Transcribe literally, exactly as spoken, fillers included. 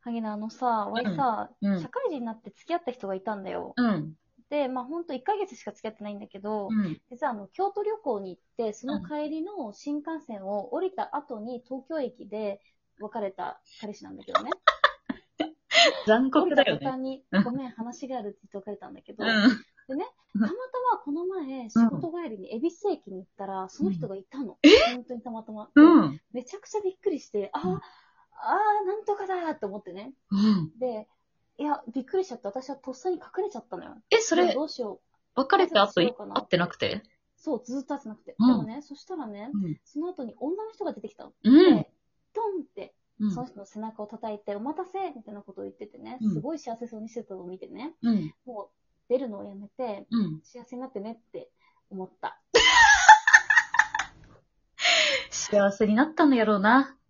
萩野、あのさ、わいさ、 うん。 社会人になって付き合った人がいたんだよ。 うん。 で、まあほんといっかげつしか付き合ってないんだけど、 うん。 実はあの、京都旅行に行って、その帰りの新幹線を降りた後に東京駅で別れた彼氏なんだけどね。 残降りた酷だよね。 途端に、 うん。 ごめん、話があるって言って別れたんだけうど、 ん。 でね、たまたまこの前、 うん。 仕事帰りに恵比寿駅に行ったら、その人がいたの。 え本当にたまたま。 うで、 ん。 めちゃくちゃびっくりして、あうん。 あー、なんとかだーって思ってね。 うん。 で、いや、びっくりしちゃって、私はとっさに隠れちゃったのよ。 え、そでもれ、 どうしよう。 別れ挨拶しようた後い会ってなくかなって。 て？ そう、ずーっと会ってなくて。 うん。 でもね、そしたらね、 うん。 その後に女の人が出てきたの。 うん。 で、トンって、 うん。 その人の背中を叩いて、お待たせみたいなことを言っててね、 うん。 すごい幸せそうにしてたのを見てね、 うん。 もう出るのをやめて、 うん。 幸せになってねって思った。 幸せになったんやろうな。